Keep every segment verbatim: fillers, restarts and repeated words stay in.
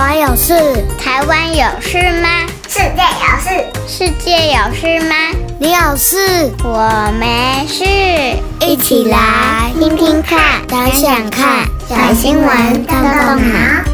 湾有事？ 台湾有事吗？ 世界有事？ 世界有事吗？ 你有事？ 我没事。 一起来听听看，想想看， 小新闻动动脑。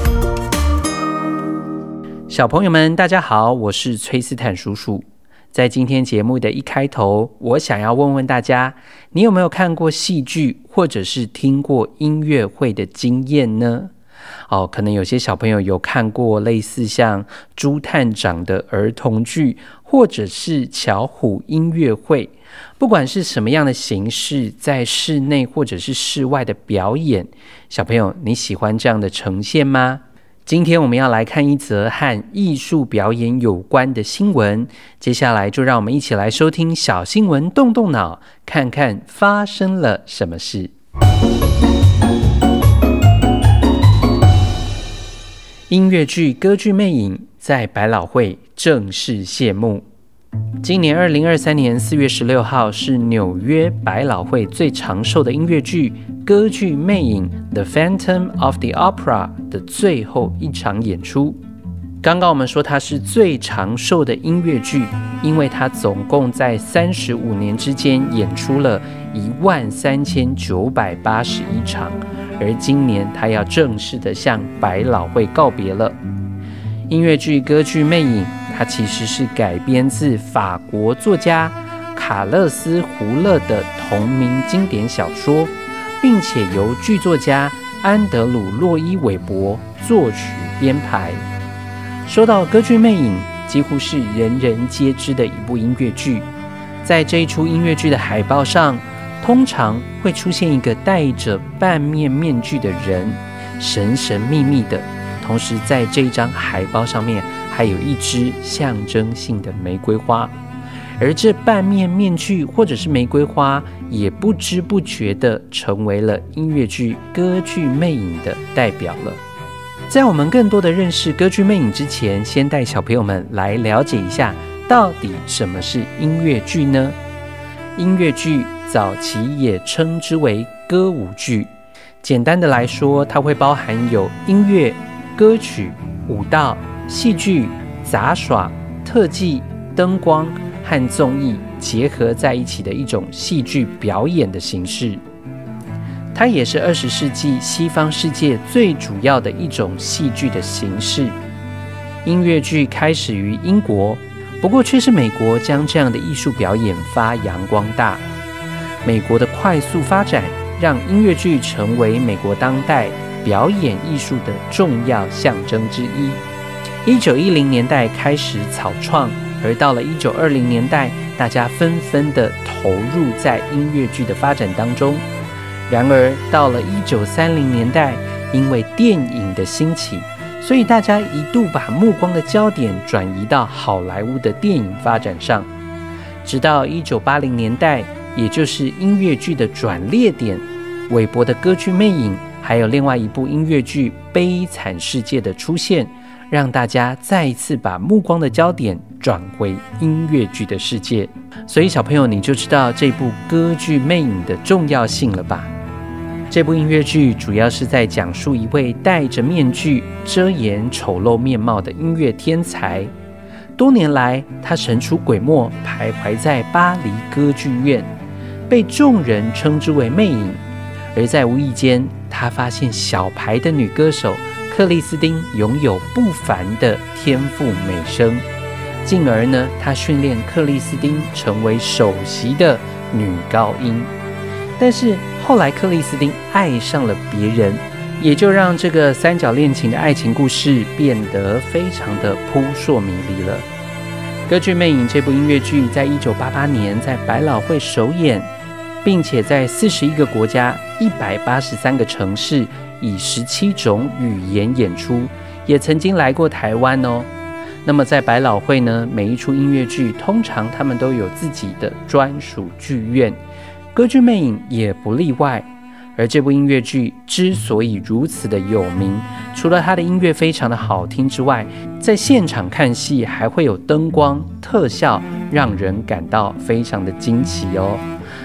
小朋友们，大家好，我是崔斯坦叔叔。在今天节目的一开头，我想要问问大家，你有没有看过戏剧，或者是听过音乐会的经验呢？哦，可能有些小朋友有看过类似像朱探长的儿童剧，或者是巧虎音乐会。不管是什么样的形式，在室内或者是室外的表演，小朋友你喜欢这样的呈现吗？今天我们要来看一则和艺术表演有关的新闻，接下来就让我们一起来收听小新闻动动脑，看看发生了什么事。音乐剧《歌剧魅影》在百老汇正式谢幕。今年二零二三年四月十六号是纽约百老汇最长寿的音乐剧《歌剧魅影》The Phantom of the Opera 的最后一场演出。刚刚我们说它是最长寿的音乐剧，因为它总共在三十五年之间演出了一万三千九百八十一场，而今年它要正式的向百老汇告别了。音乐剧《歌剧魅影》它其实是改编自法国作家卡勒斯·胡勒的同名经典小说，并且由剧作家安德鲁·洛伊韦伯作曲编排。说到《歌剧魅影》，几乎是人人皆知的一部音乐剧。在这一出音乐剧的海报上，通常会出现一个戴着半面面具的人，神神秘秘的。同时在这一张海报上面还有一支象征性的玫瑰花，而这半面面具或者是玫瑰花也不知不觉地成为了音乐剧《歌剧魅影》的代表了。在我们更多的认识歌剧魅影之前，先带小朋友们来了解一下到底什么是音乐剧呢？音乐剧早期也称之为歌舞剧，简单的来说，它会包含有音乐、歌曲、舞蹈、戏剧、杂耍、特技、灯光和综艺结合在一起的一种戏剧表演的形式。它也是二十世纪西方世界最主要的一种戏剧的形式。音乐剧开始于英国，不过却是美国将这样的艺术表演发扬光大。美国的快速发展让音乐剧成为美国当代表演艺术的重要象征之一。一九一零年代开始草创，而到了一九二零年代，大家纷纷的投入在音乐剧的发展当中。然而到了一九三零年代，因为电影的兴起，所以大家一度把目光的焦点转移到好莱坞的电影发展上。直到一九八零年代，也就是音乐剧的转捩点，韦伯的《歌剧魅影》还有另外一部音乐剧《悲惨世界》的出现，让大家再一次把目光的焦点转回音乐剧的世界。所以小朋友，你就知道这部《歌剧魅影》的重要性了吧？这部音乐剧主要是在讲述一位戴着面具遮掩丑陋面貌的音乐天才。多年来，他神出鬼没，徘徊在巴黎歌剧院，被众人称之为魅影。而在无意间，他发现小牌的女歌手克里斯汀拥有不凡的天赋美声，进而呢，他训练克里斯汀成为首席的女高音。但是后来克里斯汀爱上了别人，也就让这个三角恋情的爱情故事变得非常的扑朔迷离了。《歌剧魅影》这部音乐剧在一九八八年在百老汇首演，并且在四十一个国家、一百八十三个城市以十七种语言演出，也曾经来过台湾哦。那么在百老汇呢，每一出音乐剧通常他们都有自己的专属剧院，歌剧魅影也不例外。而这部音乐剧之所以如此的有名，除了它的音乐非常的好听之外，在现场看戏还会有灯光特效，让人感到非常的惊奇哦。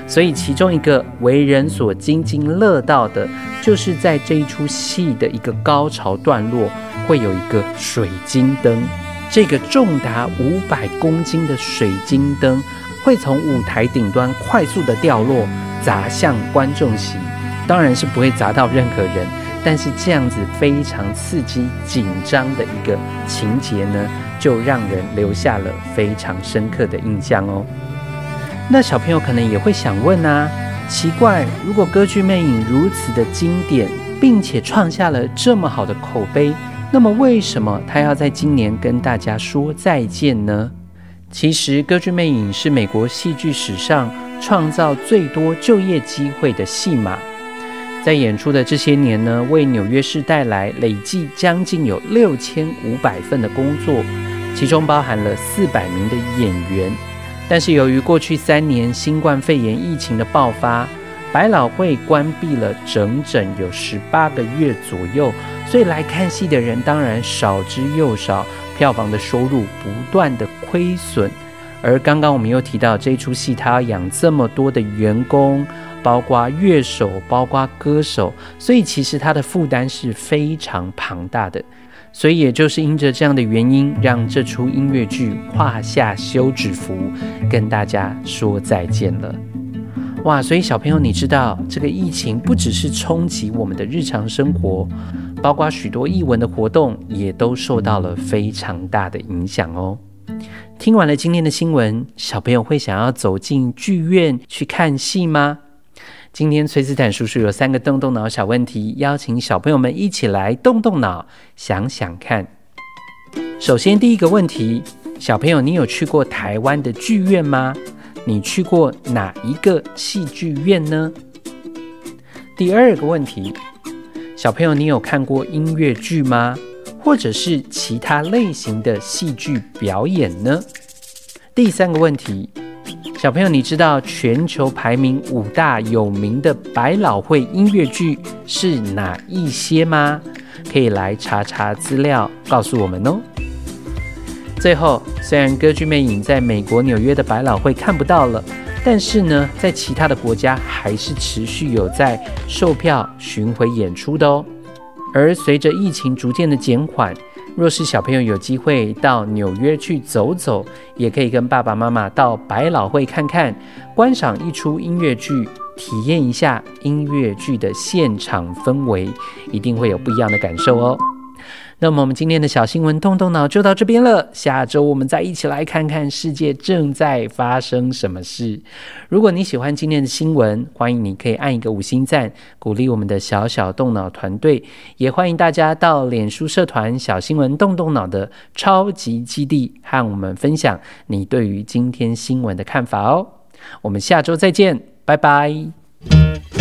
所以其中一个为人所津津乐道的，就是在这一出戏的一个高潮段落，会有一个水晶灯。这个重达五百公斤的水晶灯会从舞台顶端快速的掉落，砸向观众席。当然是不会砸到任何人，但是这样子非常刺激紧张的一个情节呢，就让人留下了非常深刻的印象哦。那小朋友可能也会想问啊，奇怪，如果歌剧魅影如此的经典，并且创下了这么好的口碑，那么为什么它要在今年跟大家说再见呢？其实歌剧魅影是美国戏剧史上创造最多就业机会的戏码，在演出的这些年呢，为纽约市带来累计将近有六千五百份的工作，其中包含了四百名的演员。但是由于过去三年新冠肺炎疫情的爆发，百老汇关闭了整整有十八个月左右，所以来看戏的人当然少之又少，票房的收入不断的亏损。而刚刚我们又提到这出戏它要养这么多的员工，包括乐手，包括歌手，所以其实它的负担是非常庞大的。所以也就是因着这样的原因，让这出音乐剧胯下休止符，跟大家说再见了。哇，所以小朋友你知道，这个疫情不只是冲击我们的日常生活，包括许多艺文的活动也都受到了非常大的影响哦。听完了今天的新闻，小朋友会想要走进剧院去看戏吗？今天崔斯坦叔叔有三个动动脑小问题，邀请小朋友们一起来动动脑，想想看。首先第一个问题，小朋友你有去过台湾的剧院吗？你去过哪一个戏剧院呢？第二个问题，小朋友你有看过音乐剧吗？或者是其他类型的戏剧表演呢？第三个问题，小朋友你知道全球排名五大有名的百老汇音乐剧是哪一些吗？可以来查查资料告诉我们哦。最后，虽然歌剧魅影在美国纽约的百老汇看不到了，但是呢，在其他的国家还是持续有在售票巡回演出的哦。而随着疫情逐渐的减缓，若是小朋友有机会到纽约去走走，也可以跟爸爸妈妈到百老汇看看，观赏一出音乐剧，体验一下音乐剧的现场氛围，一定会有不一样的感受哦。那么我们今天的小新闻动动脑就到这边了，下周我们再一起来看看世界正在发生什么事。如果你喜欢今天的新闻，欢迎你可以按一个五星赞，鼓励我们的小小动脑团队，也欢迎大家到脸书社团小新闻动动脑的超级基地和我们分享你对于今天新闻的看法哦。我们下周再见，拜拜。